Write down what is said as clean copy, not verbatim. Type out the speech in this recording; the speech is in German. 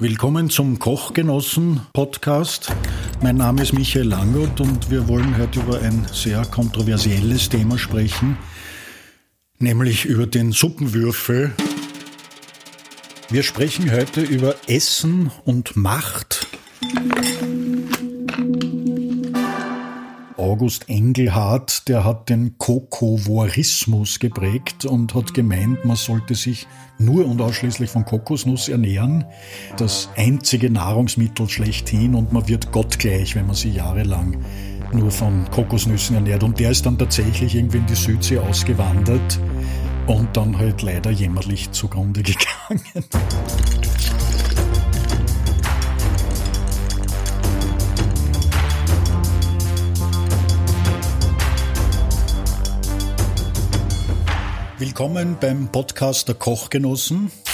Willkommen zum Kochgenossen-Podcast. Mein Name ist Michael Langott und wir wollen heute über ein sehr kontroversielles Thema sprechen, nämlich über den Suppenwürfel. Wir sprechen heute über Essen und Macht. August Engelhardt, der hat den Kokovorismus geprägt und hat gemeint, man sollte sich nur und ausschließlich von Kokosnuss ernähren. Das einzige Nahrungsmittel schlechthin und man wird gottgleich, wenn man sich jahrelang nur von Kokosnüssen ernährt. Und der ist dann tatsächlich irgendwie in die Südsee ausgewandert und dann halt leider jämmerlich zugrunde gegangen. Willkommen beim Podcast der Kochgenossen.